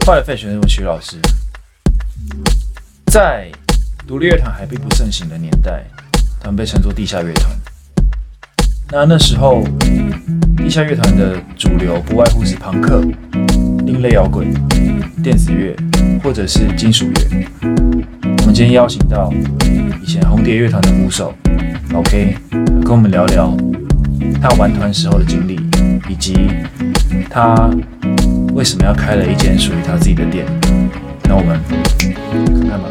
Firefly 学生是曲老师，在独立乐团还并不盛行的年代，他们被称作地下乐团。那时候，地下乐团的主流不外乎是朋克、另类摇滚、电子乐或者是金属乐。我们今天邀请到以前红蝶乐团的鼓手老 K， 跟我们聊聊他玩团时候的经历，以及他为什么要开了一间属于他自己的店。那我们看看吧。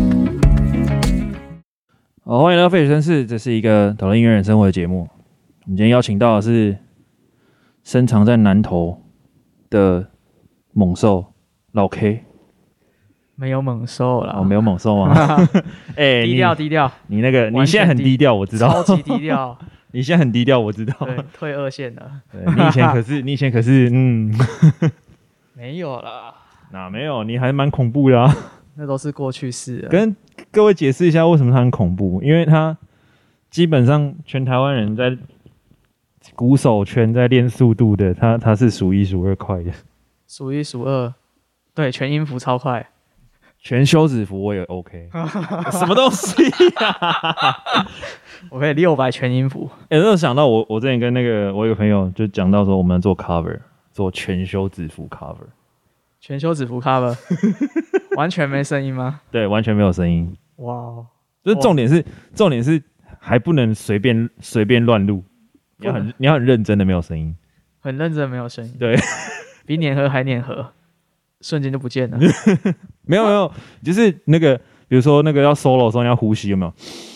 好，欢迎来到费雪绅士，这是一个讨论音乐人生活的节目。我们今天邀请到的是深藏在南投的猛兽老 K。 没有猛兽啦， 没有猛兽吗？ 低调低调。 你那个你现在很低调，我知道， 超级低调。 你现在很低调，我知道。 对，退二线了。 对，你以前可是没有啦。 哪没有？你还蛮恐怖的啊。 那都是过去式了。 跟各位解释一下为什么他很恐怖，因为他基本上全台湾人在鼓手圈在练速度的，他是数一数二快的， 数一数二。对，全音符超快。 全休止符我也 OK， 什么东西啊？ 我可以600全音符。 那想到我之前跟我有个朋友就讲到说，我们做 cover， 做全休止符 cover， 全休止符 cover， 完全没声音吗？ 对，完全没有声音。 哇， 就是重点是还不能随便乱录，你要很认真的没有声音， 很认真没有声音。 对， 比碾核还碾核。瞬间就不见了。 没有，就是那个，比如说那个要 solo 的时候你要呼吸，有没有？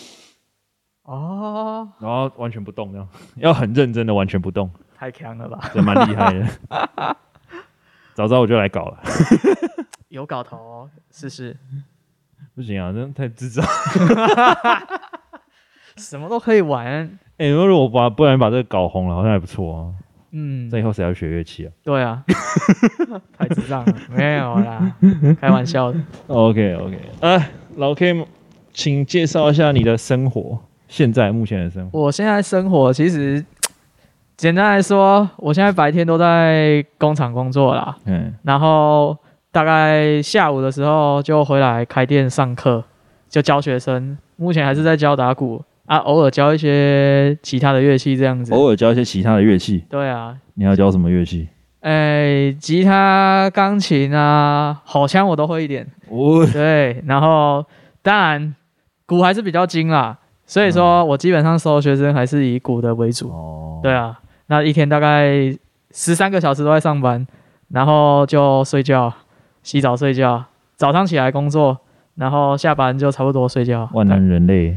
哦， 然后完全不动，这样要很认真的完全不动， 太强了吧？ 这蛮厉害的。早知道我就来搞了。 有搞头哦，试试。 不行啊，真的太智障。 什么都可以玩。 如果不然把这个搞红了，好像还不错啊。这以后谁要学乐器啊？ 对啊，太智障了，没有啦，开玩笑的。 OK， 老 K， 请介绍一下你的生活，目前的生活。 我现在生活其实简单来说，我现在白天都在工厂工作啦，然后大概下午的时候就回来开店上课，就教学生。目前还是在教打鼓。偶尔教一些其他的乐器这样子。偶尔教一些其他的乐器？对啊。你要教什么乐器？吉他、钢琴啊，吼腔我都会一点。对，然后当然鼓还是比较精啦，所以说我基本上收学生还是以鼓的为主。对啊，那一天大概13个小时都在上班，然后就睡觉、洗澡、睡觉，早上起来工作，然后下班就差不多睡觉。万能人类。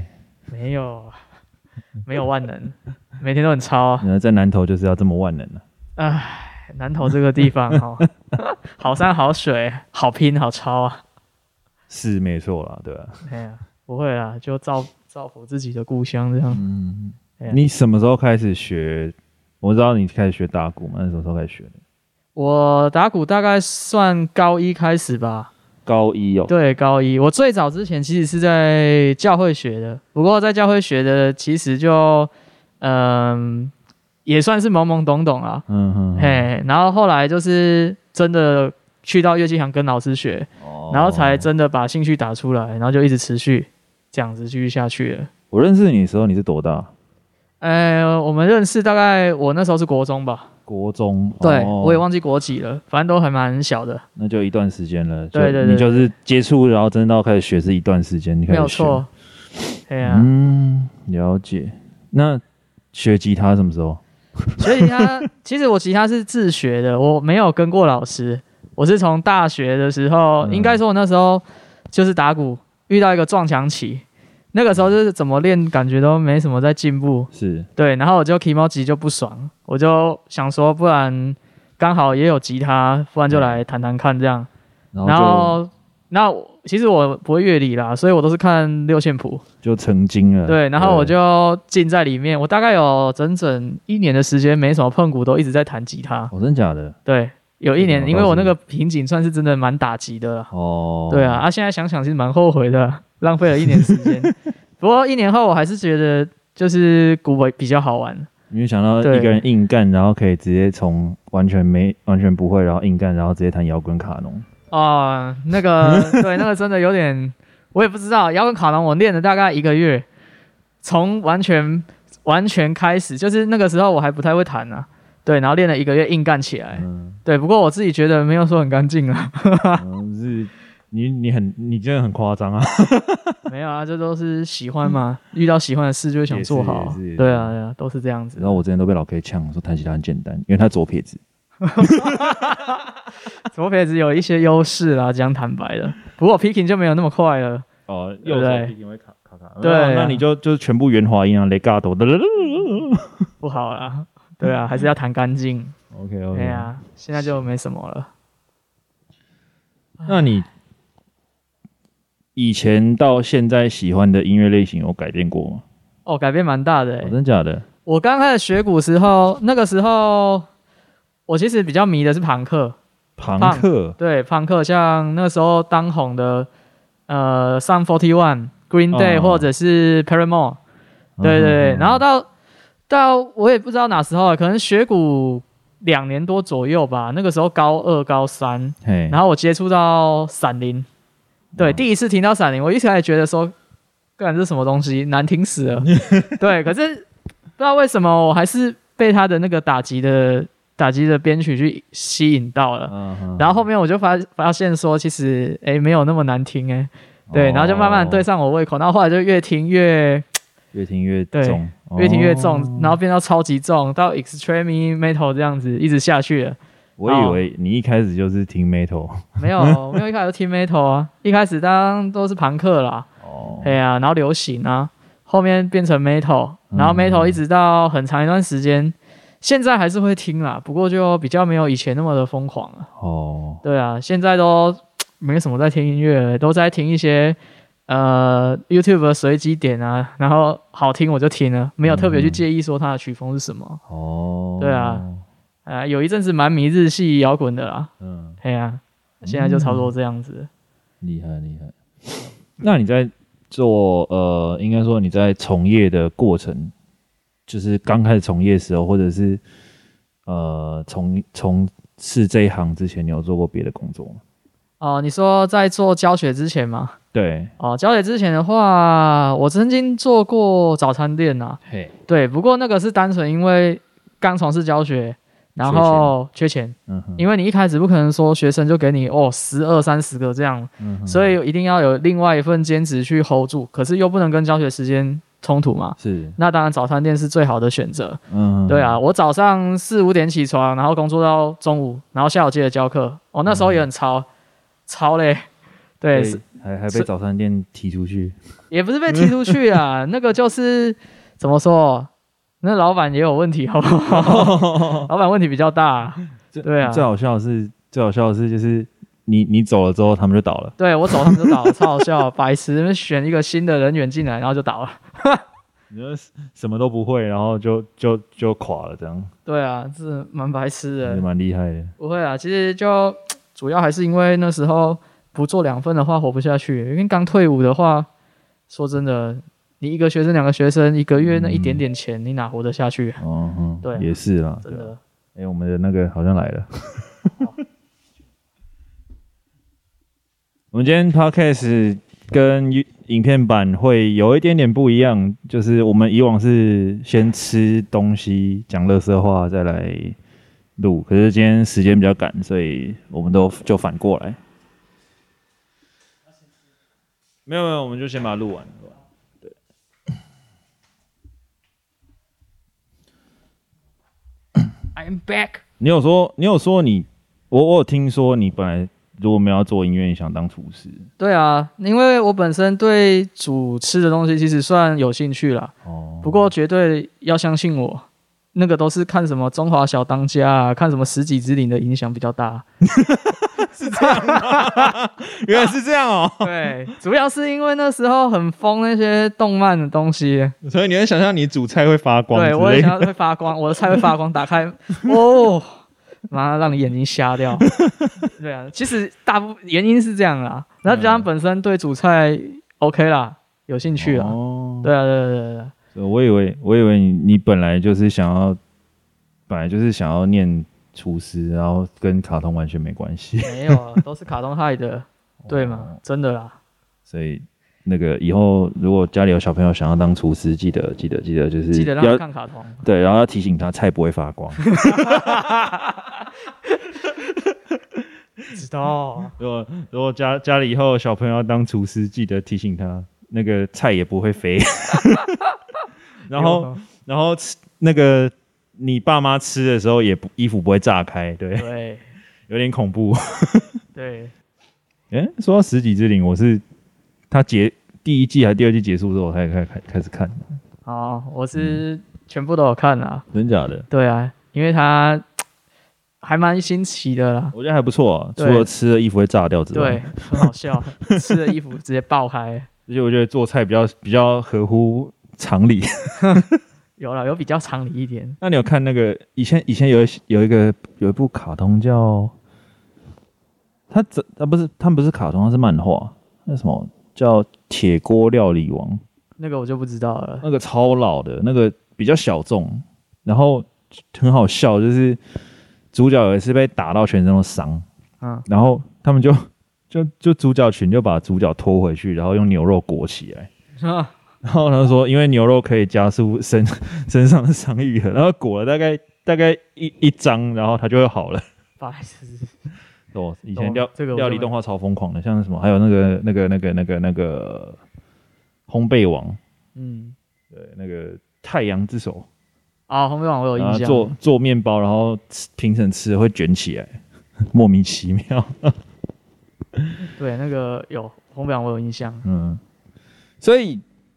没有万能，每天都很超啊。在南投就是要这么万能啊。南投这个地方好山好水，好拼好超啊。是没错啦，对吧？不会啦，就造福自己的故乡这样。你什么时候开始学？我知道你开始学打鼓嘛，那什么时候开始学的？我打鼓大概算高一开始吧。高一哦，对，高一。我最早之前其实是在教会学的，不过在教会学的其实就，也算是懵懵懂懂啊。然后后来就是真的去到乐器行跟老师学，然后才真的把兴趣打出来，然后就一直持续这样子继续下去了。我认识你的时候你是多大？我们认识大概我那时候是国中吧。国中，对，我也忘记国几了，反正都还蛮小的。那就一段时间了。对，你就是接触，然后真的到开始学是一段时间，你开始学。没有错。对啊。了解。那学吉他什么时候？学吉他，其实我吉他是自学的，我没有跟过老师。我是从大学的时候，应该说我那时候就是打鼓遇到一个撞墙期。那个时候就是怎么练，感觉都没什么在进步。是对，然后我就 kimoji 就不爽，我就想说，不然刚好也有吉他，不然就来弹弹看这样。然后其实我不会乐理啦，所以我都是看6线谱，就成精了。对，然后我就浸在里面，我大概有整整1年的时间，没什么碰鼓，都一直在弹吉他。真假的？对，有1年，因为我那个瓶颈算是真的蛮打击的。对啊，现在想想其实蛮后悔的。浪费了1年时间，不过1年后我还是觉得就是鼓比较好玩。你就想到一个人硬干，然后可以直接从完全不会，然后硬干，然后直接弹摇滚卡农。 哦，那个对，那个真的有点，我也不知道。摇滚卡农我练了大概1个月，从完全开始，就是那个时候我还不太会弹啊，对，然后练了1个月硬干起来，对。不过我自己觉得没有说很干净啊。 是你真的很夸张啊。 没有啊，这都是喜欢嘛，遇到喜欢的事就会想做好，对啊对啊，都是这样子。 然后我之前都被老 K 呛说弹吉他很简单，因为他左撇子。 左撇子有一些优势啦，讲坦白的。不过 picking 就没有那么快了。 哦，右手 picking 会卡。 对、啊， 那你就是全部圆滑音啊，legato 的。 不好啦，对啊，还是要弹干净。 OK。 对啊，现在就没什么了。 那你以前到现在喜欢的音乐类型有改变过吗？ 哦，改变蛮大的。 真的假的？ 我刚开始学鼓时候，那个时候我其实比较迷的是朋克。对，朋克，像那时候当红的Sum 41、Green Day、或者是 Paramore， 对。然后到我也不知道哪时候，可能学鼓2年多左右吧。那个时候高2、高3，然后我接触到闪灵，对，第一次听到闪灵，我一开始觉得说，干，这是什么东西，难听死了。对，可是不知道为什么，我还是被他的那个打击的编曲去吸引到了。然后后面我就发现说，其实没有那么难听对，然后就慢慢对上我胃口，然后后来就越听越重，越听越重，然后变到超级重，到 extreme metal 这样子一直下去了。 我以为你一开始就是听 metal。 没有一开始就听 metal 啊，一开始当然都是朋克啦，对啊，然后流行啊，后面变成 metal， 然后 metal 一直到很长一段时间，现在还是会听啦，不过就比较没有以前那么的疯狂了。对啊，现在都没什么在听音乐了，都在听一些YouTube 的随机点啊，然后好听我就听了，没有特别去介意说它的曲风是什么。对啊，有一阵子蛮迷日系摇滚的啦。对啊，现在就差不多这样子。 厉害。那你在做应该说你在从业的过程，就是刚开始从业的时候，或者是从事这一行之前，你有做过别的工作吗？ 你说在做教学之前吗？ 对。 教学之前的话，我曾经做过早餐店啊。对，不过那个是单纯因为刚从事教学，然后缺钱。因为你一开始不可能说学生就给你12、30个这样，所以一定要有另外一份兼职去 hold 住，可是又不能跟教学时间冲突嘛。是。那当然早餐店是最好的选择。对啊，我早上4、5点起床，然后工作到中午，然后下午接着教课。那时候也很超嘞。对， 还被早餐店踢出去。 也不是被踢出去啊，那个就是怎么说，那老板也有问题，好不好？老板问题比较大。对啊， 最好笑的是就是你走了之后他们就倒了。 对，我走他们就倒了，超好笑，白痴，选一个新的人员进来然后就倒了。 你说什么都不会，然后就垮了这样。 对啊，这蛮白痴的， 也蛮厉害的。 不会啊，其实就主要还是因为那时候不做2份的话活不下去，因为刚退伍的话，说真的，你1个学生2个学生1个月那一点点钱，你哪活得下去？对， 也是啦， 真的。 我们的那个好像来了。我们今天 podcast 跟影片版会有一点点不一样，就是我们以往是先吃东西讲垃圾话再来录，可是今天时间比较赶，所以我们就反过来。没有，我们就先把它录完。对。 I'm back。 你有说我有听说你本来如果没有要做音乐，你想当厨师。 对啊，因为我本身对煮吃的东西其实算有兴趣啦。不过绝对要相信我，那个都是看什么中华小当家啊，看什么十几之灵的影响比较大。 是这样吗？原来是这样哦。 对，主要是因为那时候很疯那些动漫的东西， 所以你会想象你煮菜会发光。 对，我也想象会发光，我的菜会发光，打开马上让你眼睛瞎掉。对啊，其实大部分原因是这样啦，然后加上本身对煮菜 OK 啦，有兴趣啦。对啊，对。 我以为你本来就是想要念厨师，然后跟卡通完全没关系。 没有啊，都是卡通害的，对吗？真的啦。 所以那个以后如果家里有小朋友想要当厨师，记得就是记得让他看卡通。 对，然后要提醒他菜不会发光。 知道。 如果家里以后小朋友要当厨师，记得提醒他，那个菜也不会飞。然后那个你爸妈吃的时候衣服不会炸开，对，有点恐怖。 对。 说到十几之灵，我是他第一季还是第二季结束之后，我才开始看。 我是全部都有看啊。 真假的？ 对啊，因为他还蛮新奇的啦。 我觉得还不错啊，除了吃了衣服会炸掉之外， 对，很好笑，吃了衣服直接爆开。 而且我觉得做菜比较合乎常理。 有比较常理一点。 那你有看那个以前有一部卡通叫它不是卡通，它是漫画，那什么叫铁锅料理王？ 那个我就不知道了。 那个超老的，那个比较小众，然后很好笑，就是主角有一次被打到全身都伤，然后他们就主角群就把主角拖回去，然后用牛肉裹起来。然后他说，因为牛肉可以加速身上的伤愈合，然后裹了大概一张，然后它就会好了。 不好意思。 以前料理动画超疯狂的，像什么还有那个烘焙王，对，那个太阳之手烘焙王我有印象。 做面包，然后评审吃了会卷起来，莫名其妙。 对，那个有烘焙王我有印象。 所以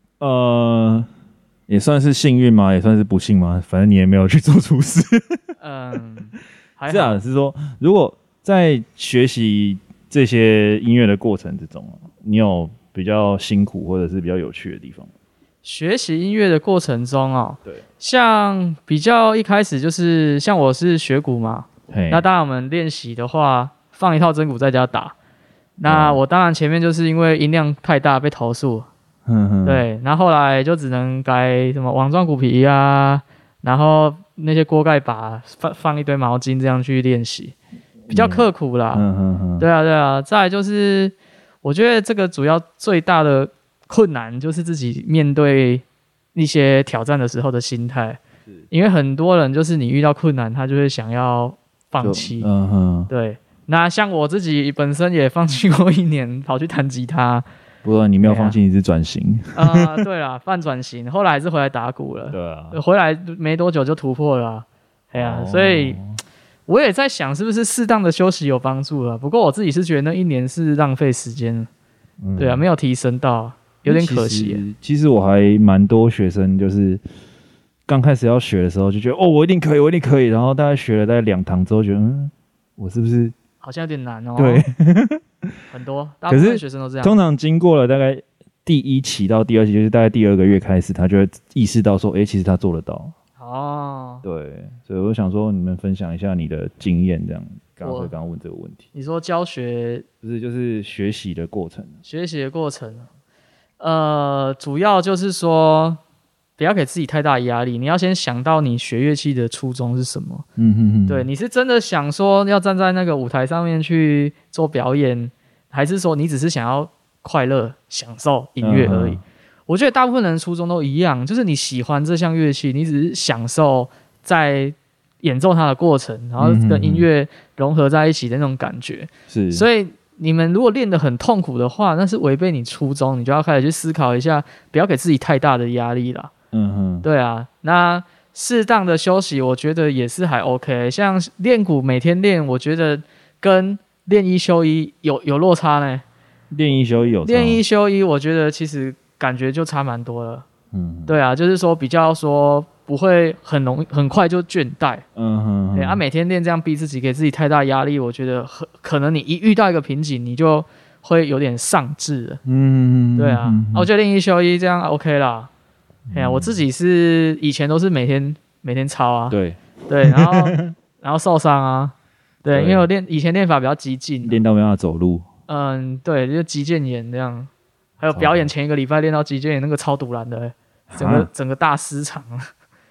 也算是幸运吗？也算是不幸吗？反正你也没有去做厨师。 还好。 这样是说，如果在学习这些音乐的过程之中，你有比较辛苦或者是比较有趣的地方？ 学习音乐的过程中对， 像比较一开始就是像我是学鼓嘛，那当然我们练习的话，放一套真鼓在家打。那我当然前面就是因为音量太大被投诉，对，然后后来就只能改什么网状鼓皮啊，然后那些锅盖把放一堆毛巾这样去练习。比较刻苦啦。对啊，再来就是我觉得这个主要最大的困难就是自己面对一些挑战的时候的心态，因为很多人就是你遇到困难他就会想要放弃。对，那像我自己本身也放弃过1年跑去弹吉他。 不过你没有放弃，你是转型。 对啦，半转型，后来还是回来打鼓了。 对啊， 回来没多久就突破了。所以我也在想是不是适当的休息有帮助了。不过我自己是觉得那1年是浪费时间。对啊，没有提升到，有点可惜。 其实我还蛮多学生就是刚开始要学的时候就觉得我一定可以，然后大概学了大概2堂之后觉得我是不是好像有点难哦。 对。 很多大部分学生都这样。 通常经过了大概第1期到第2期，就是大概第2个月开始，他就会意识到说，其实他做得到。对，所以我想说，你们分享一下你的经验，这样。刚问这个问题。 你说教学不是就是学习的过程？ 学习的过程，主要就是说，不要给自己太大压力。你要先想到你学乐器的初衷是什么。对，你是真的想说要站在那个舞台上面去做表演，还是说你只是想要快乐享受音乐而已？我觉得大部分人初衷都一样，就是你喜欢这项乐器，你只是享受在演奏它的过程，然后跟音乐融合在一起的那种感觉。是，所以你们如果练得很痛苦的话，那是违背你初衷，你就要开始去思考一下，不要给自己太大的压力啦。对啊，那适当的休息，我觉得也是还 OK。像练鼓每天练，我觉得跟练1休1有落差呢。 练1休1有差。 练1休1，我觉得其实感觉就差蛮多了。对啊，就是说比较说不会很快就倦怠。每天练这样逼自己，给自己太大压力，我觉得可能你一遇到一个瓶颈，你就会有点丧志了。对啊，我觉得练1休1这样 OK 啦。我自己是以前都是每天操啊。对，然后受伤啊。对，因为我以前练法比较激进， 练到没办法走路。 对，就肌腱炎这样。还有表演前1个礼拜练到肌腱炎，那个超突然的。整个大失常。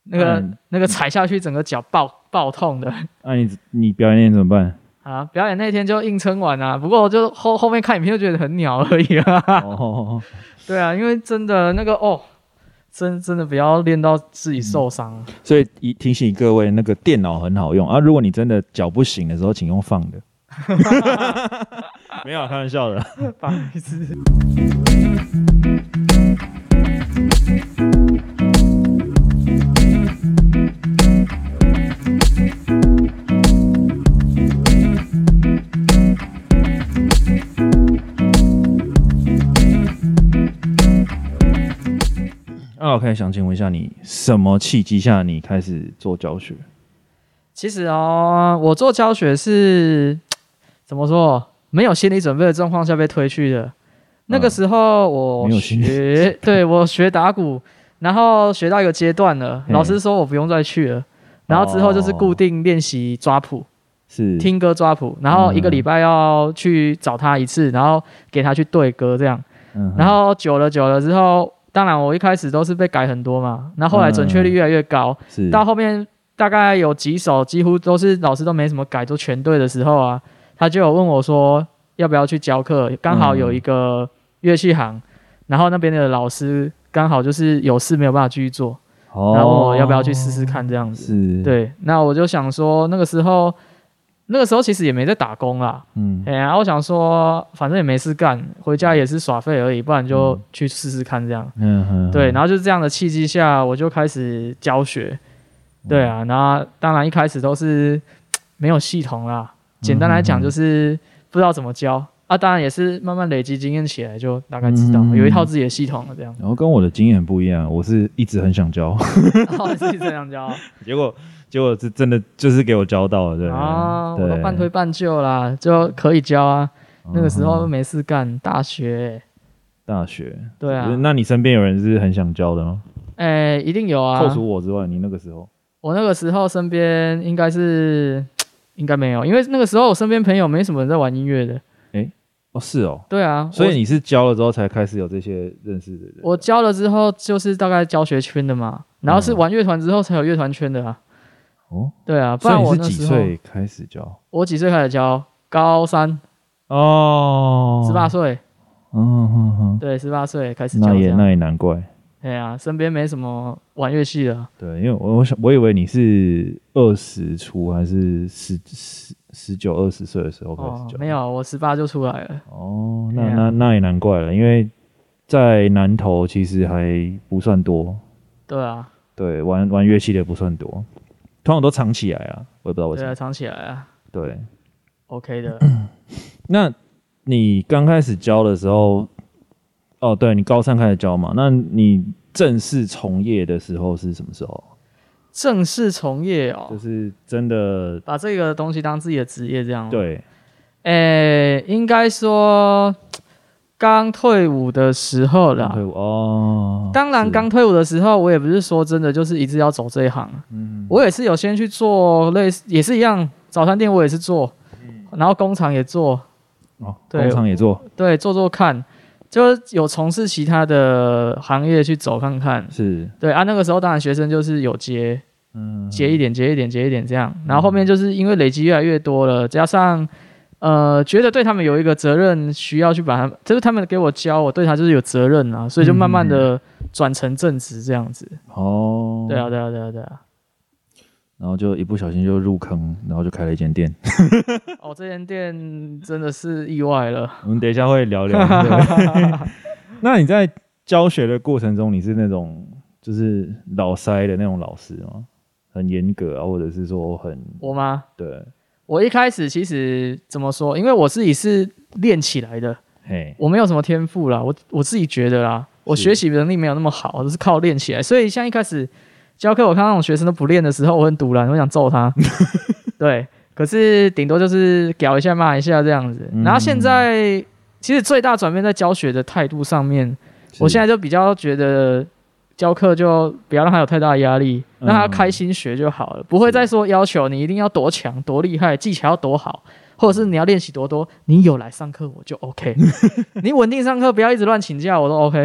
那个踩下去整个脚爆痛的。 那你表演那天怎么办？ 啊，表演那天就硬撑完啊，不过我就后面看影片就觉得很鸟而已啊。哦，对啊，因为真的那个真的不要练到自己受伤。 所以提醒各位，那个电脑很好用啊，如果你真的脚不行的时候，请用放的。没有，开玩笑的。 不好意思。 OK， 想请问一下你什么契机下你开始做教学？ 其实我做教学是怎么说？没有心理准备的状况下被推去的。那个时候我学打鼓，然后学到一个阶段了，老师说我不用再去了。然后之后就是固定练习抓谱， 是听歌抓谱，然后1个礼拜要去找他一次，然后给他去对歌这样。然后久了之后。当然，我一开始都是被改很多嘛，那后来准确率越来越高，到后面大概有几首几乎都是老师都没什么改，都全对的时候啊，他就有问我说要不要去教课，刚好有一个乐器行，然后那边的老师刚好就是有事没有办法继续做，然后问我要不要去试试看这样子。对，那我就想说那个时候其实也没在打工啦，然后我想说反正也没事干，回家也是耍废而已，不然就去试试看这样。对，然后就这样的契机下，我就开始教学。对啊，然后当然一开始都是没有系统啦，简单来讲就是不知道怎么教啊，当然也是慢慢累积经验起来，就大概知道有一套自己的系统了这样。 然后跟我的经验很不一样，我是一直很想教， 是一直很想教， 结果是真的就是给我教到了，对啊， 我都半推半就啦，就可以教啊。那个时候没事干，大学， 对啊。 那你身边有人是很想教的吗？ 一定有啊。 扣除我之外，你那个时候？ 我那个时候身边应该没有，因为那个时候我身边朋友没什么人在玩音乐的。 是哦。 对啊， 所以你是教了之后才开始有这些认识的人？ 我教了之后就是大概教学圈的嘛，然后是玩乐团之后才有乐团圈的啊。对啊，不然我那时候。 所以你是几岁开始教？ 我几岁开始教？高3。18岁。对，18岁开始教。 那也难怪。 对啊，身边没什么玩乐器的。 对，因为我以为你是20出还是19、20岁的时候开始教。 没有，我18就出来了。 那也难怪了，因为在南投其实还不算多。 对啊。 对，玩乐器的不算多，通常都藏起来啊，我也不知道为什么。 对啊，藏起来啊。 对。 OK 的。 那你刚开始教的时候？对，你高3开始教嘛？那你正式从业的时候是什么时候？ 正式从业就是真的把这个东西当自己的职业这样。 对， 应该说刚退伍的时候啦。当然刚退伍的时候，我也不是说真的就是一直要走这一行。我也是有先去做类似，也是一样，早餐店我也是做，然后工厂也做。 对，工厂也做。 对，做看。就有从事其他的行业去走看看，对啊。那个时候当然学生就是有接一点这样，然后后面就是因为累积越来越多了，加上觉得对他们有一个责任需要去把他，就是他们给我教，我对他就是有责任啊，所以就慢慢的转成正职这样子。对啊。 然后就一不小心就入坑，然后就开了一间店。 这间店真的是意外了。 我们等一下会聊聊。那你在教学的过程中，你是那种就是老塞的那种老师吗？很严格啊，或者是说很…… 我吗？ 对， 我一开始其实怎么说？因为我自己是练起来的，我没有什么天赋啦，我自己觉得啦，我学习能力没有那么好，我都是靠练起来。所以像一开始教课，我看到那种学生都不练的时候，我很堵然，我想揍他。对，可是顶多就是屌一下骂一下这样子。然后现在其实最大转变在教学的态度上面，我现在就比较觉得教课就不要让他有太大的压力，让他开心学就好了，不会再说要求你一定要多强多厉害，技巧要多好，或者是你要练习多多，你有来上课我就 OK。你稳定上课，不要一直乱请假，我都 OK。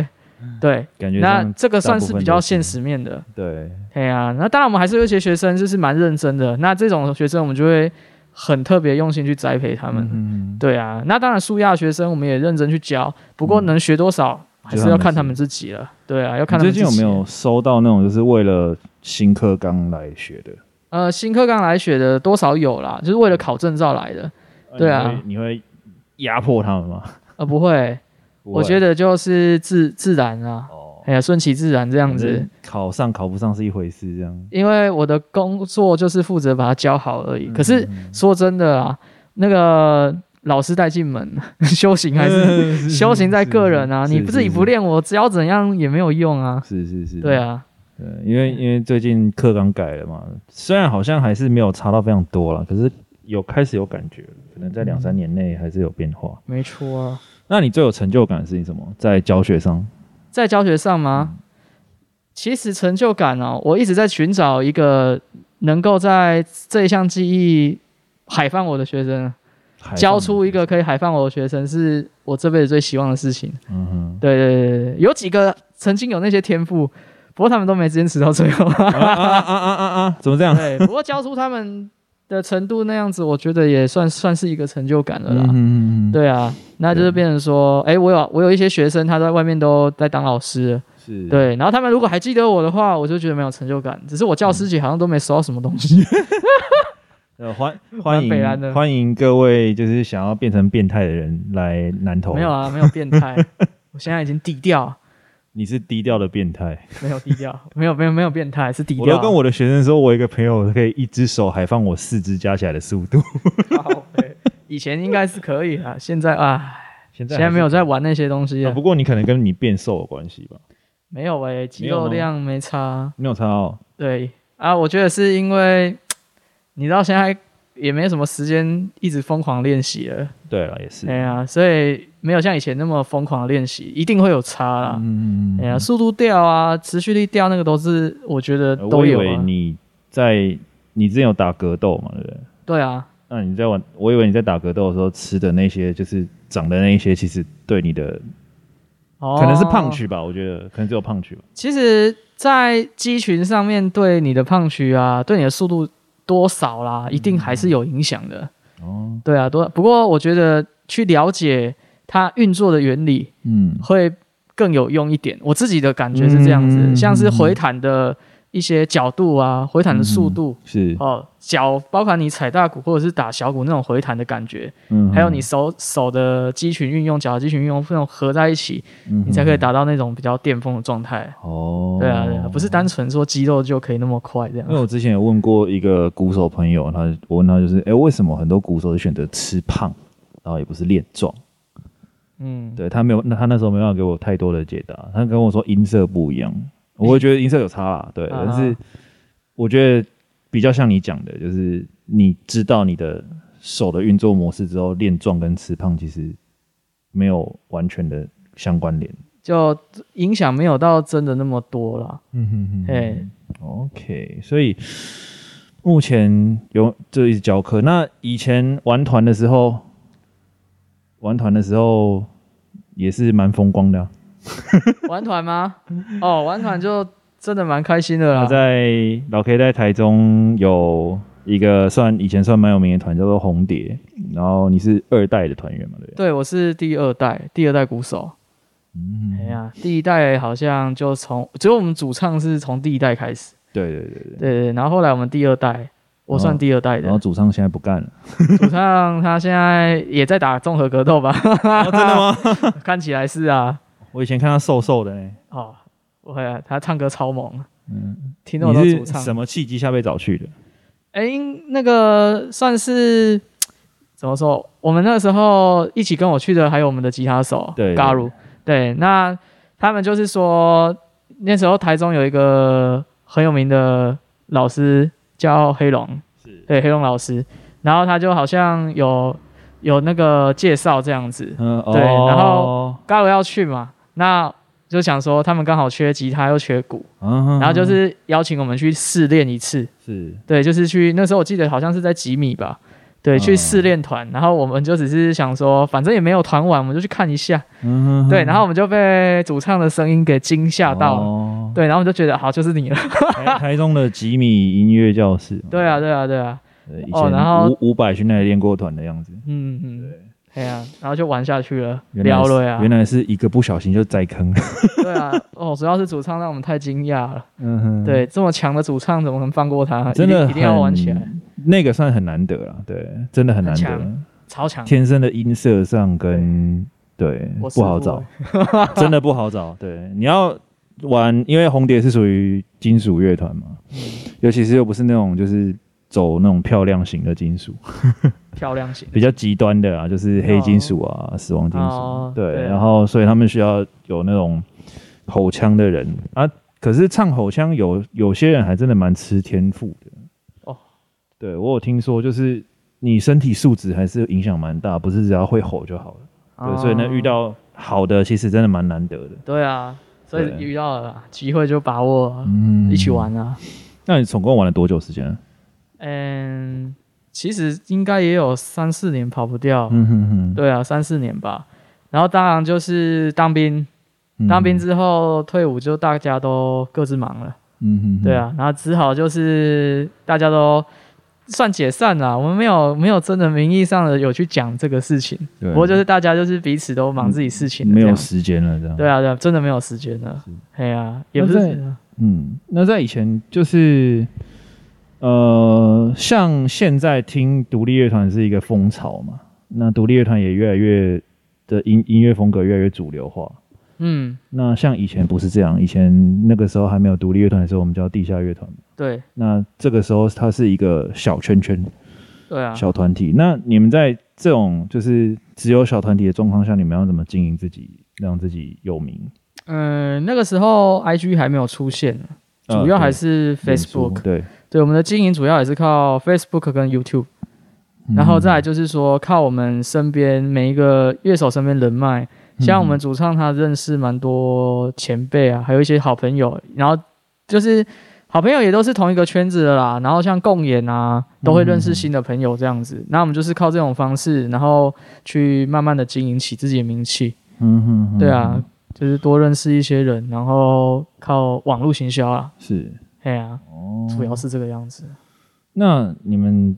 对， 感觉那这个算是比较现实面的。 对， 对啊，那当然我们还是有一些学生就是蛮认真的，那这种学生我们就会很特别用心去栽培他们。对啊，那当然舒压的学生我们也认真去教，不过能学多少还是要看他们自己了。对啊，要看他们自己。 最近有没有收到那种就是为了新课纲来学的？ 新课纲来学的多少有啦，就是为了考证照来的。对啊， 你会压迫他们吗？ 不会，我觉得就是自然啊。哎呀，顺其自然这样子， 考上考不上是一回事，这样。因为我的工作就是负责把它教好而已。可是说真的啊，那个老师带进门，修行还是修行在个人啊。你自己不练，我教怎样也没有用啊。 是， 对啊， 对，因为最近课纲改了嘛，虽然好像还是没有差到非常多啦，可是开始有感觉了，可能在2-3年内还是有变化。 没错啊。 那你最有成就感的事情什么？在教学上？ 在教学上吗？其实成就感哦，我一直在寻找一个能够在这一项技艺海放我的学生，教出一个可以海放我的学生，是我这辈子最希望的事情。对，有几个曾经有那些天赋，不过他们都没坚持到最后。 怎么这样？ 对，不过教出他们的程度那样子，我觉得也算是一个成就感了啦。对啊，那就是变成说，我有一些学生，他在外面都在当老师了。 是， 对，然后他们如果还记得我的话，我就觉得没有成就感。只是我教师节好像都没收到什么东西。 欢迎各位就是想要变成变态的人来南投。 没有啊，没有变态，我现在已经低调。 你是低调的变态？ 没有低调，没有变态，是低调。 我都跟我的学生说，我有一个朋友可以一只手海放我4只加起来的速度。 以前应该是可以啊，现在现在没有在玩那些东西了。 不过你可能跟你变瘦有关系吧？ 没有肌肉量没差， 没有差哦。 对啊，我觉得是因为你知道现在也没什么时间一直疯狂练习了。 对了，也是。 哎呀，所以没有像以前那么疯狂的练习，一定会有差啦。哎呀，速度掉啊，持续力掉，那个都是我觉得都有。 我以为你之前有打格斗嘛，对不对？ 对啊。 那你在玩，我以为你在打格斗的时候吃的那些，就是长的那一些，其实对你的。可能是punch吧，我觉得可能只有punch吧。 其实，在肌群上面对你的punch啊，对你的速度多少啦，一定还是有影响的。对啊，不过我觉得去了解它运作的原理，会更有用一点。我自己的感觉是这样子，像是回弹的一些角度啊，回弹的速度是脚包括你踩大鼓或者是打小鼓那种回弹的感觉，还有你手的肌群运用、脚的肌群运用那种合在一起，你才可以达到那种比较巅峰的状态。对啊，不是单纯说肌肉就可以那么快这样。 因为我之前有问过一个鼓手朋友，我问他就是，为什么很多鼓手选择吃胖，然后也不是练壮？对，他那时候没办法给我太多的解答，他跟我说音色不一样。我会觉得音色有差啦，对，但是我觉得比较像你讲的，就是你知道你的手的运作模式之后，练壮跟吃胖其实没有完全的相关联， 就影响没有到真的那么多啦。 OK， 所以目前就一直教课。那以前玩团的时候也是蛮风光的。 玩团吗？玩团就真的蛮开心的啦。 老 K 在台中有一个以前算蛮有名的团，叫做红蝶。然后你是2代的团员嘛？对， 我是第二代鼓手。第一代好像就只有我们主唱是从第一代开始。对，然后后来我们第二代，我算第二代的。 然后主唱现在不干了。 主唱他现在也在打综合格斗吧？ 真的吗？ 看起来是啊。 我以前看他瘦瘦的呢。 不会啊，他唱歌超猛。听到你主唱是什么契机下被找去的？ 那个算是怎么说？我们那时候一起跟我去的还有我们的吉他手Garu。对，那他们就是说那时候台中有一个很有名的老师叫黑龙，对，黑龙老师，然后他就好像有那个介绍这样子，对，然后Garu要去嘛，那就想说他们刚好缺吉他又缺鼓，然后就是邀请我们去试练一次，对，就是去那时候我记得好像是在吉米吧， 对，去试练团，然后我们就只是想说，反正也没有团玩，我们就去看一下。对，然后我们就被主唱的声音给惊吓到了。对，然后我们就觉得好，就是你了。 台中的吉米音乐教室。 对啊。 以前500去那里练过团的样子。 对啊，然后就玩下去了，聊了呀。 原来是一个不小心就栽坑。 对啊，主要是主唱让我们太惊讶了。对，这么强的主唱怎么能放过他？ 真的一定要玩起来。 那个算很难得啦，对，真的很难得， 超强， 天生的音色上跟对不好找，真的不好找。对，你要玩，因为红蝶是属于金属乐团嘛，尤其是又不是那种就是走那种漂亮型的金属， 漂亮型比较极端的啊，就是黑金属啊、死亡金属，对，然后所以他们需要有那种吼腔的人啊。可是唱吼腔有些人还真的蛮吃天赋的哦。对，我有听说，就是你身体素质还是影响蛮大，不是只要会吼就好了。对，所以呢，遇到好的其实真的蛮难得的。 对啊，所以遇到了机会就把握，一起玩啊。 那你总共玩了多久时间？ 其实应该也有3-4年跑不掉。对啊，3-4年吧。然后当然就是当兵。当兵之后退伍就大家都各自忙了，对啊，然后只好就是大家都算解散了，我们没有真的名义上的有去讲这个事情，不过就是大家就是彼此都忙自己事情， 没有时间了这样。 对啊，真的没有时间了，哎呀，也不是。 那在以前就是像现在听独立乐团是一个风潮嘛，那独立乐团也越来越的音乐风格越来越主流化。那像以前不是这样，以前那个时候还没有独立乐团的时候，我们叫地下乐团。 对， 那这个时候它是一个小圈圈， 对啊， 小团体。那你们在这种就是只有小团体的状况下，你们要怎么经营自己，让自己有名？ 那个时候 IG 还没有出现，主要还是 Facebook。对，我们的经营主要也是靠 Facebook 跟 YouTube，然后再来就是说靠我们身边每一个乐手身边人脉。像我们主唱他认识蛮多前辈啊，还有一些好朋友，然后就是好朋友也都是同一个圈子的啦，然后像共演啊都会认识新的朋友这样子，那我们就是靠这种方式，然后去慢慢的经营起自己的名气。对啊，就是多认识一些人，然后靠网络行销啊。 是， 对啊，主要是这个样子。 那你们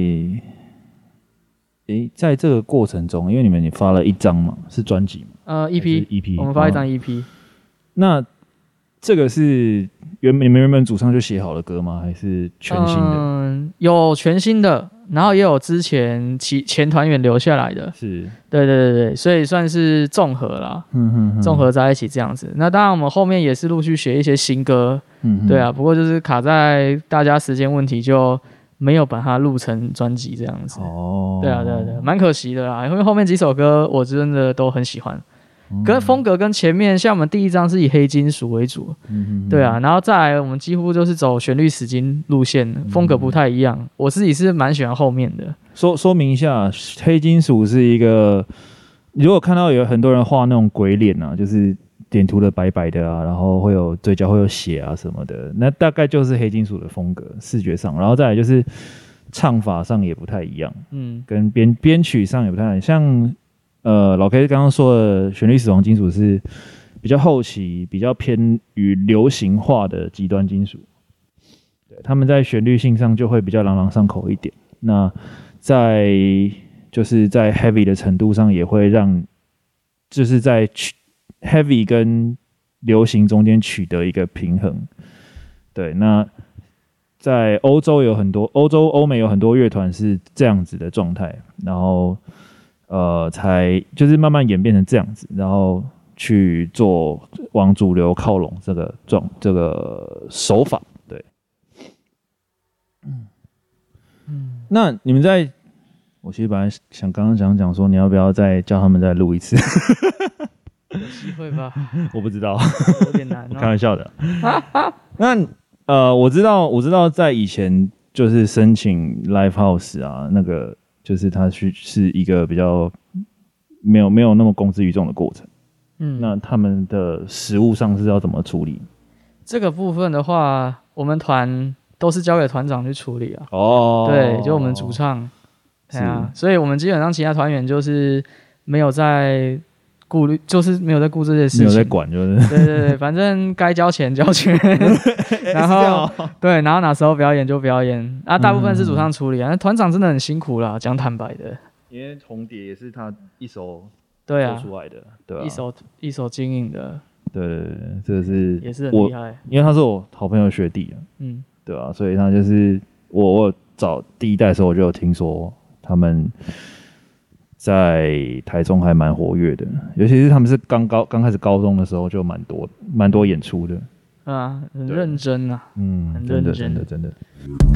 在这个过程中，因为你们也发了一张嘛，是专辑嘛 ？EP， 我们发一张 EP。 那这个是你们原本主唱就写好的歌吗？还是全新的？ 有全新的，然后也有之前前团员留下来的。 是， 对，所以算是综合啦，综合在一起这样子。那当然，我们后面也是陆续写一些新歌，对啊。不过就是卡在大家时间问题就。没有把它录成专辑这样子，对啊，蛮可惜的啦。因为后面几首歌我真的都很喜欢，跟风格跟前面像我们第一张是以黑金属为主，对啊，然后再来我们几乎就是走旋律死金路线，风格不太一样。我自己是蛮喜欢后面的。说明一下，黑金属是一个，如果看到有很多人画那种鬼脸啊，就是点涂的白白的啊，然后会有嘴角会有血啊什么的，那大概就是黑金属的风格，视觉上，然后再来就是唱法上也不太一样，跟编曲上也不太一样。像老 K 刚刚说的旋律死亡金属是比较后期，比较偏于流行化的极端金属，对，他们在旋律性上就会比较朗朗上口一点。那就是在 heavy 的程度上也会让，就是在heavy 跟流行中间取得一个平衡，对。那在欧洲欧美有很多乐团是这样子的状态，然后才就是慢慢演变成这样子，然后去做往主流靠拢这个手法，对。那你们我其实本来刚刚想说，你要不要再叫他们再录一次？ 有机会吧？ 我不知道， 有点难。 开玩笑的。那我知道在以前就是申请 live house 啊，那个就是它是一个比较没有那么公之于众的过程。那他们的实务上是要怎么处理？这个部分的话，我们团都是交给团长去处理啊。 哦， 对，就我们主唱。 所以我们基本上其他团员就是没有在顾虑，就是没有在顾这些事情， 没有在管，就是对，反正该交钱交钱，然后对，然后哪时候表演就表演，大部分是主唱处理啊，团长真的很辛苦啦，讲坦白的， 因为红蝶也是他一手做出来的，对啊， 一手经营的， 对，这个是也是很厉害， 因为他是我好朋友学弟啊，对啊，所以他就是我找第一代的时候我就有听说他们在台中还蛮活跃的，尤其是他们是刚开始高中的时候就蛮多演出的， 很认真啊，很认真， 真的。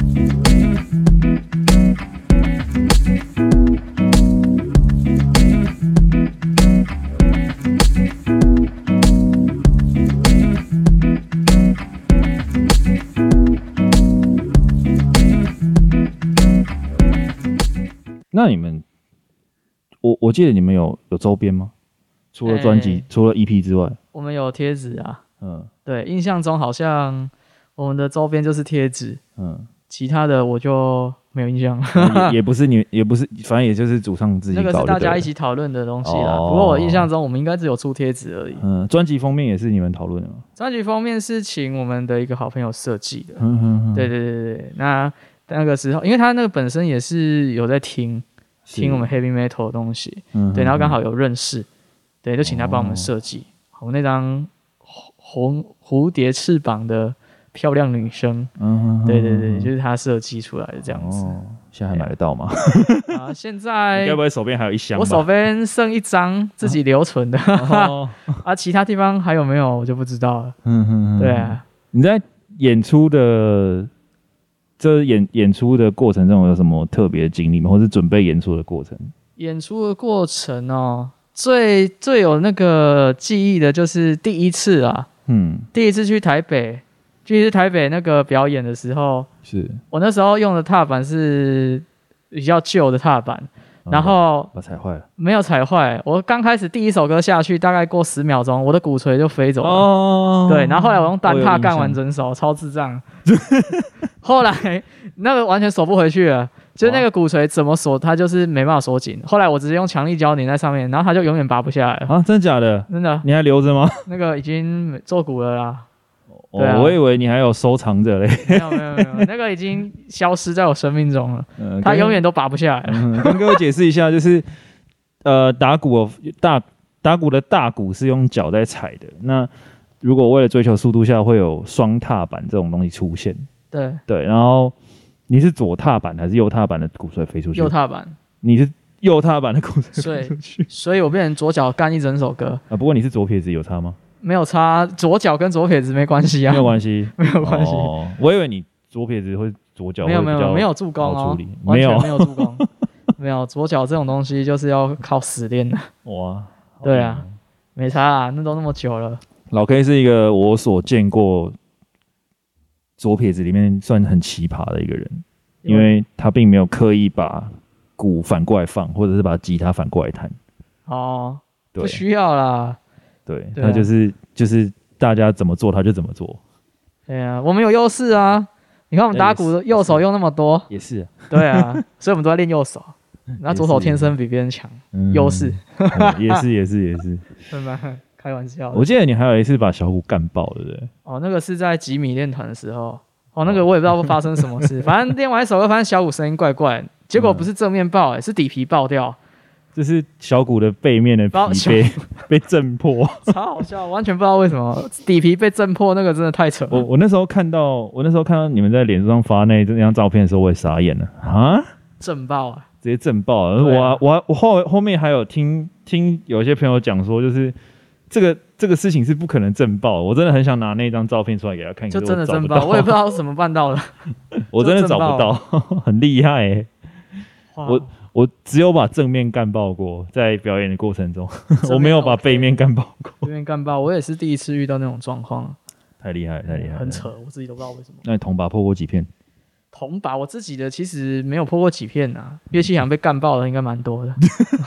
那你们，我记得你们有周边吗？除了专辑，除了 EP 之外， 我们有贴纸啊。对，印象中好像我们的周边就是贴纸。其他的我就没有印象。 也不是，反正也就是主唱自己搞的。 那个是大家一起讨论的东西啦。不过我印象中我们应该只有出贴纸而已。 专辑封面也是你们讨论的吗？ 专辑封面是请我们的一个好朋友设计的。对。那个时候，因为他那个本身也是有在听我们 heavy metal 的东西，对，然后刚好有认识，对，就请他帮我们设计。我们那张蝴蝶翅膀的漂亮女生，对，就是他设计出来的这样子。 现在还买得到吗？ 现在该不会手边还有一箱吧？ 我手边剩一张自己留存的，其他地方还有没有我就不知道了。对啊， 你在演出的演出的过程中有什么特别的经历吗？或是准备演出的过程？ 演出的过程哦，最有那个记忆的就是第一次啊，第一次去台北那个表演的时候，是我那时候用的踏板是比较旧的踏板，然后把踩坏了？ 没有踩坏，我刚开始第一首歌下去，大概过10秒钟，我的鼓槌就飞走了。对，然后后来我用单踏干完整首，超智障。后来那个完全锁不回去了，就是那个鼓槌怎么锁，它就是没办法锁紧。后来我直接用强力胶粘在上面，然后它就永远拔不下来了。 真的假的？ 真的。 你还留着吗？ 那个已经做鼓了啦。 我以为你还有收藏着嘞。 没有，那个已经消失在我生命中了。它永远都拔不下来了。 跟各位解释一下，就是打鼓的大鼓是用脚在踩的。那如果为了追求速度下，会有双踏板这种东西出现。对，然后你是左踏板还是右踏板的鼓槌飞出去？ 右踏板。 你是右踏板的鼓槌飞出去， 所以我变成左脚干一整首歌。 不过你是左撇子，有差吗？ 没有差，左脚跟左撇子没关系啊。 没有关系， 没有关系。 我以为你左撇子会左脚会比较没有助攻哦， 没有助攻，没有左脚这种东西就是要靠死练的。哇，对啊，没差啊，那都那么久了。 老 K 是一个我所见过左撇子里面算很奇葩的一个人，因为他并没有刻意把鼓反过来放，或者是把吉他反过来弹。 不需要啦。 对，他就是大家怎么做他就怎么做。 对啊，我们有优势啊！你看我们打鼓的右手用那么多， 也是。 对啊，所以我们都在练右手，然后左手天生比别人强，优势。 也是。 对吧？开玩笑。 我记得你还有一次把小鼓干爆，对不对？ 那个是在吉米练团的时候。那个我也不知道会发生什么事，反正练完一首歌，发现小鼓声音怪怪，结果不是正面爆，是底皮爆掉。 就是小鼓的背面的皮被震破， 超好笑，完全不知道为什么底皮被震破，那个真的太扯了。 我那时候看到你们在脸书上发那张照片的时候，我也傻眼了啊！ 震爆啊！ 直接震爆了。我后面还有听有些朋友讲说，就是这个事情是不可能震爆的。我真的很想拿那张照片出来给他看， 就真的震爆，我也不知道怎么办到的， 我真的找不到，很厉害欸。我只有把正面干爆过，在表演的过程中，我没有把背面干爆过。 背面干爆，我也是第一次遇到那种状况， 太厉害， 很扯，我自己都不知道为什么。 那你铜把破过几片？ 铜把我自己的其实没有破过几片啊，乐器行被干爆的应该蛮多的，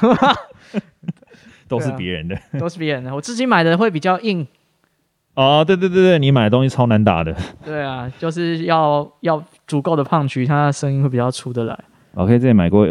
都是别人的， 都是别人的。我自己买的会比较硬。 对，你买的东西超难打的。 对啊，就是要足够的punch，它的声音会比较出得来。 OK， 之前买过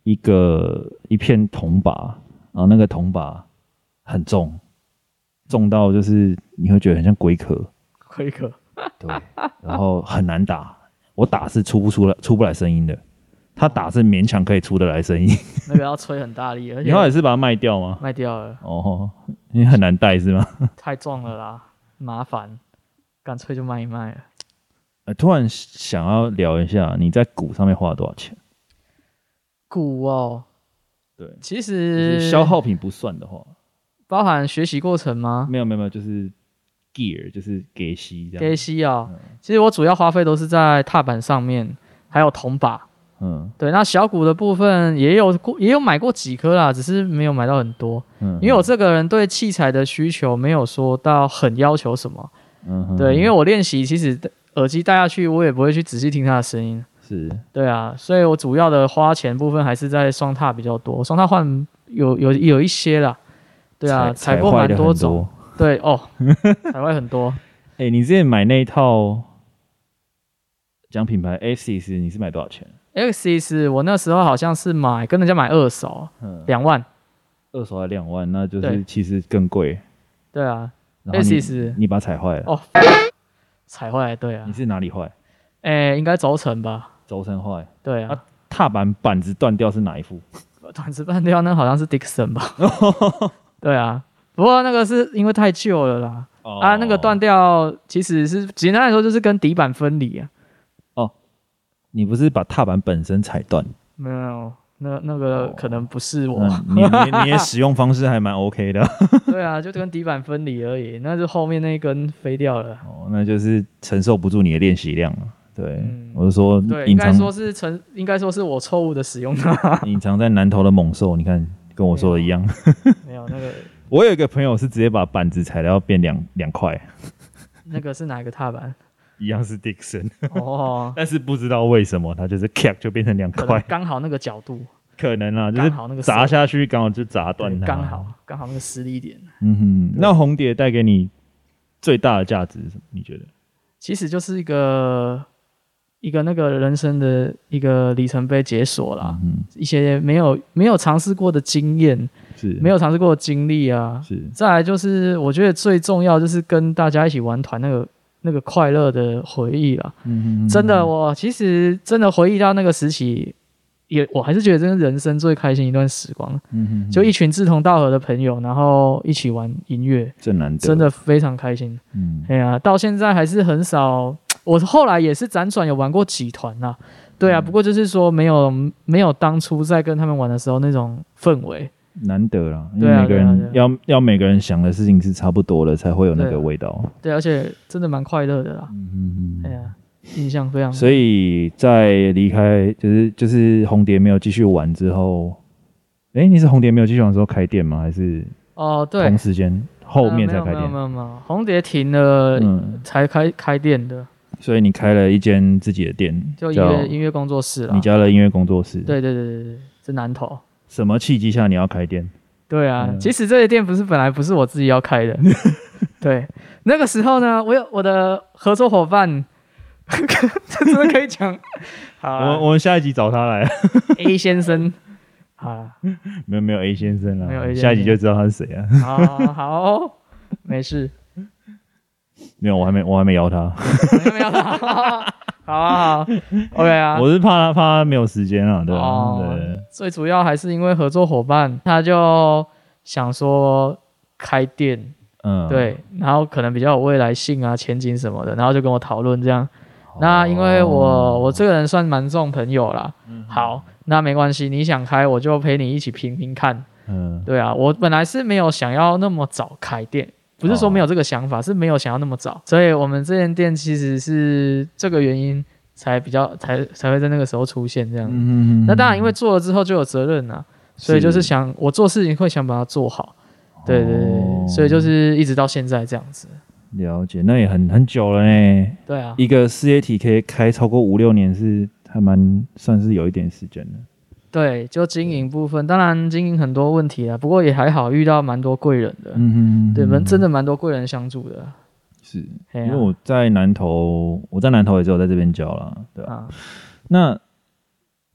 一片铜把，然后那个铜把很重，重到就是你会觉得很像龟壳，对，然后很难打，我打是出不来声音的，他打是勉强可以出得来声音。 那个要吹很大力，而且你后来是把它卖掉吗？ 卖掉了。 哦，因为很难带是吗？ 太重了啦，麻烦，干脆就卖一卖了。 突然想要聊一下，你在鼓上面花了多少钱？ 鼓哦， 对， 其实消耗品不算的话， 包含学习过程吗？ 没有，就是 gear， 就是给息这样。 给息啊，其实我主要花费都是在踏板上面，还有铜把。对，那小鼓的部分也有买过几颗啦，只是没有买到很多。因为我这个人对器材的需求没有说到很要求什么。对，因为我练习其实耳机戴下去，我也不会去仔细听它的声音。 是， 对啊，所以我主要的花钱部分还是在双踏比较多，双踏换有一些啦。对啊，踩过蛮多种。对哦，踩坏很多。 你之前买那一套讲品牌 Axis， 你是买多少钱 ？Axis 我那时候好像是跟人家买二手，2万。 二手还2万，那就是其实更贵。 对啊 ，Axis 你把它踩坏了。 哦，踩坏了，对啊。 你是哪里坏？ 应该轴承吧。 轴承坏。 对啊。 踏板子断掉是哪一副？ 板子断掉那好像是 Dixon 吧。对啊，不过那个是因为太旧了啦。那个断掉其实是简单来说就是跟底板分离啊。 你不是把踏板本身踩断？ 没有，那个可能不是我。 你的使用方式还蛮 OK 的。 对啊，就跟底板分离而已，那就后面那一根飞掉了。 那就是承受不住你的练习量了。对，我是说， 对，应该说是我错误的使用它。 隐藏在南投的猛兽，你看跟我说的一样。 没有那个， 我有一个朋友是直接把板子踩到变两块。 那个是哪一个踏板？ 一样是 Dixon 但是不知道为什么它就是 就变成2块， 刚好那个角度， 可能啊，就是砸下去刚好就砸断它， 刚好那个施力点。 那红蝶带给你最大的价值是什么？你觉得？ 其实就是一个那个人生的一个里程碑解锁啦，一些没有尝试过的经验，没有尝试过的经历啊，再来就是我觉得最重要就是跟大家一起玩团那个快乐的回忆啦。真的，我其实真的回忆到那个时期，我还是觉得这是人生最开心一段时光。就一群志同道合的朋友，然后一起玩音乐，真的非常开心。到现在还是很少。我后来也是辗转有玩过几团啦，对啊，不过就是说没有当初在跟他们玩的时候那种氛围。 难得啦，因为每个人要每个人想的事情是差不多的，才会有那个味道。 对，而且真的蛮快乐的啦。印象非常。 所以在离开就是红蝶没有继续玩之后，你是红蝶没有继续玩之后开店吗？还是对， 同时间后面才开店？ 没有，红蝶停了才开店的。 所以你开了一间自己的店， 就音乐工作室啦。 你家的音乐工作室？对， 在南投。 什么契机下你要开店？ 对啊，其实这些店本来不是我自己要开的。对，那个时候呢，我的合作伙伴，这真的可以讲。好， 我们下一集找他来。 A 先生。好， 没有 A 先生啦， 没有 A 先生， 下一集就知道他是谁啊。 好，没事。 没有，我还没邀他。 没邀他。好 ，OK 啊。 我是怕他没有时间啊，对吧？对。 最主要还是因为合作伙伴，他就想说开店，对，然后可能比较有未来性啊、前景什么的，然后就跟我讨论这样。那因为我这个人算蛮重朋友啦，好，那没关系，你想开我就陪你一起拼拼看。对啊，我本来是没有想要那么早开店。不是说没有这个想法，是没有想要那么早，所以我们这间店其实是这个原因才会在那个时候出现这样。那当然，因为做了之后就有责任啊，所以就是我做事情会想把它做好。对，所以就是一直到现在这样子。 了解，那也很久了呢。 对啊， 一个事业体可以开超过5-6年是还算是有一点时间的。 对，就经营部分，当然经营很多问题啊，不过也还好，遇到蛮多贵人的。对，真的蛮多贵人相助的。 是，因为我在南投也只有在这边教啦，对吧？那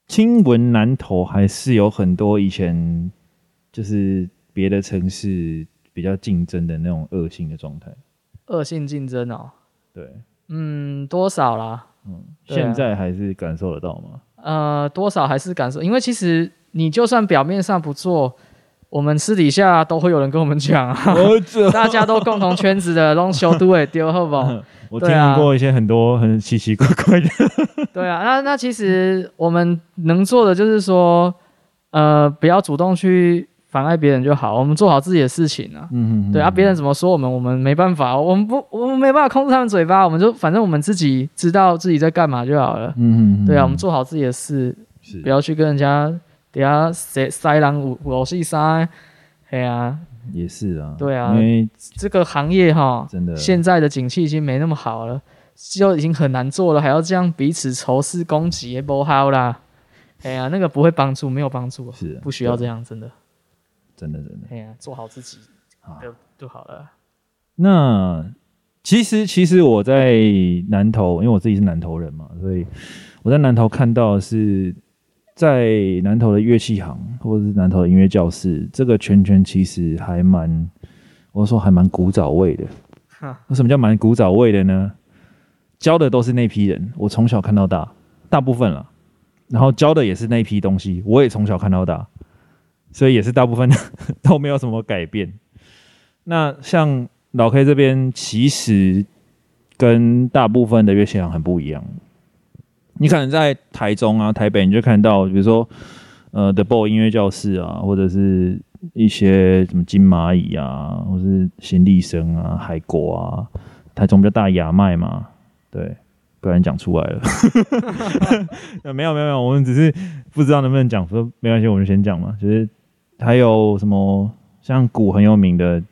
听闻南投还是有很多以前就是别的城市比较竞争的那种恶性的状态。 恶性竞争哦。 对， 多少啦？ 现在还是感受得到吗？ 多少还是感受，因为其实你就算表面上不做，我们私底下都会有人跟我们讲啊，大家都共同圈子的，拢小都会丢，好不好？ 我听过一些很多很奇奇怪怪的。 对啊，那其实我们能做的就是说，不要主动去妨碍别人就好，我们做好自己的事情啊。对啊，别人怎么说我们没办法，我们没办法控制他们嘴巴，我们就反正我们自己知道自己在干嘛就好了。对啊，我们做好自己的事，不要去跟人家等下塞人五四三。对啊。 也是啊， 对啊， 因为这个行业哈， 真的现在的景气已经没那么好了，就已经很难做了，还要这样彼此仇视攻击，也不好啦。哎呀，那个不会帮助，没有帮助， 是不需要这样，真的。哎呀，做好自己就好了。 那其实我在南投，因为我自己是南投人嘛，所以我在南投看到的是。在南投的乐器行，或者是南投的音乐教室，这个圈其实还蛮古早味的。为什么叫蛮古早味的呢？教的都是那批人，我从小看到大，大部分啦。然后教的也是那批东西，我也从小看到大，所以也是大部分都没有什么改变。那像老 K 这边，其实跟大部分的乐器行很不一样。你可能在台中啊、台北，你就看到，比如说The Ball 音乐教室啊，或者是一些什么金蚂蚁啊，或是新力声啊、海果啊，台中比较大亚麦嘛，对，不然讲出来了。没有，我们只是不知道能不能讲，说没关系，我们先讲嘛。就是还有什么像鼓很有名的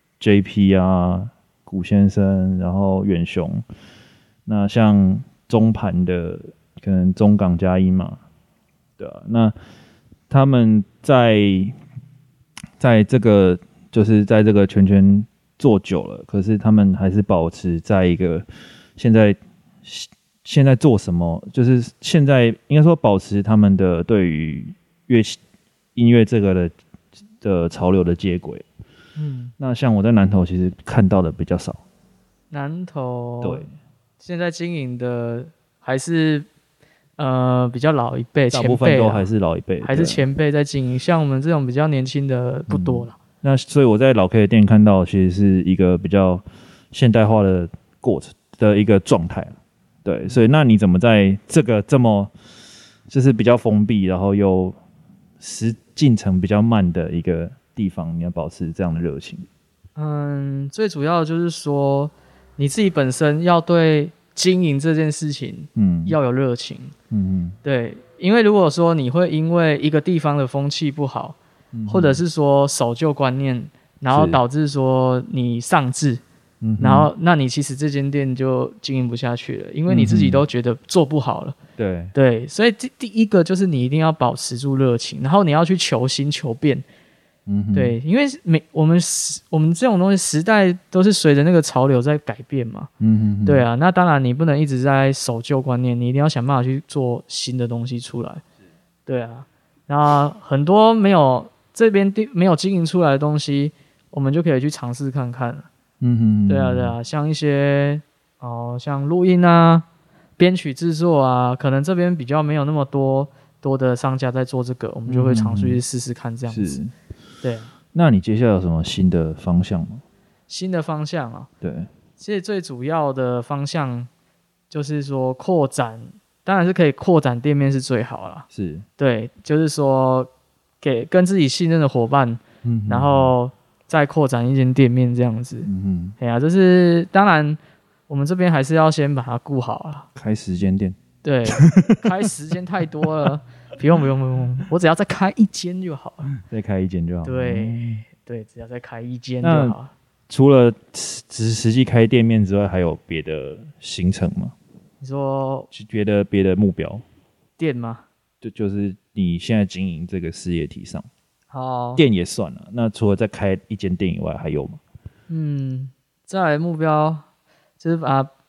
JP 啊、古先生，然后远雄，那像中盘的。可能中港佳音嘛，对啊，那他们在这个就是在这个圈做久了，可是他们还是保持在一个现在做什么，就是现在应该说保持他们的对于音乐这个的潮流的接轨。那像我在南投其实看到的比较少。 南投对， 现在经营的还是。比较老一辈， 大部分都还是老一辈， 还是前辈在经营。像我们这种比较年轻的不多了。 那所以我在老 K 的店看到，其实是一个比较现代化的过程的一个状态。对，所以那你怎么在这个这么就是比较封闭，然后又进程比较慢的一个地方，你要保持这样的热情？ 最主要就是说你自己本身要对。经营这件事情，要有热情，对，因为如果说你会因为一个地方的风气不好，或者是说守旧观念，然后导致说你丧志，然后那你其实这间店就经营不下去了，因为你自己都觉得做不好了，对，所以第一个就是你一定要保持住热情，然后你要去求新求变。对，因为我们这种东西时代都是随着那个潮流在改变嘛。对啊，那当然你不能一直在守旧观念，你一定要想办法去做新的东西出来。对啊，那很多这边没有经营出来的东西，我们就可以去尝试看看。对啊，像一些像录音啊、编曲制作啊，可能这边比较没有那么多的商家在做这个，我们就会尝试去试试看这样子。对， 那你接下来有什么新的方向吗？ 新的方向啊， 对， 其实最主要的方向就是说扩展，当然是可以扩展店面是最好啦。 是， 对，就是说跟自己信任的伙伴，然后再扩展一间店面这样子。哎呀，就是当然我们这边还是要先把它顾好啦。 开10间店， 对，开10间太多了。不用，我只要再开1间就好了。 再开1间就好。 对，只要再开1间就好了。 除了实际开店面之外，还有别的行程吗？ 你说别的目标店吗？ 就是你现在经营这个事业体上， 店也算了。那除了再开1间店以外，还有吗？ 再来目标就是把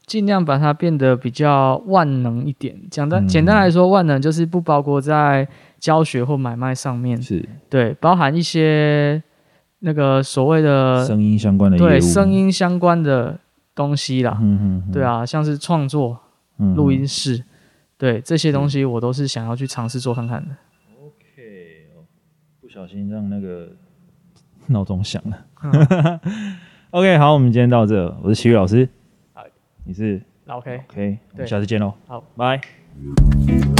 尽量把它变得比较万能一点。简单来说，万能就是不包括在教学或买卖上面， 是对，包含一些那个所谓的声音相关的业务， 对声音相关的东西啦，对啊，像是创作、录音室，对这些东西我都是想要去尝试做看看的。 OK， 不小心让那个闹钟响了。OK， 好，我们今天到这，我是奇宇老师，你是 OK， OK， 我们下次见喽， 好， 拜。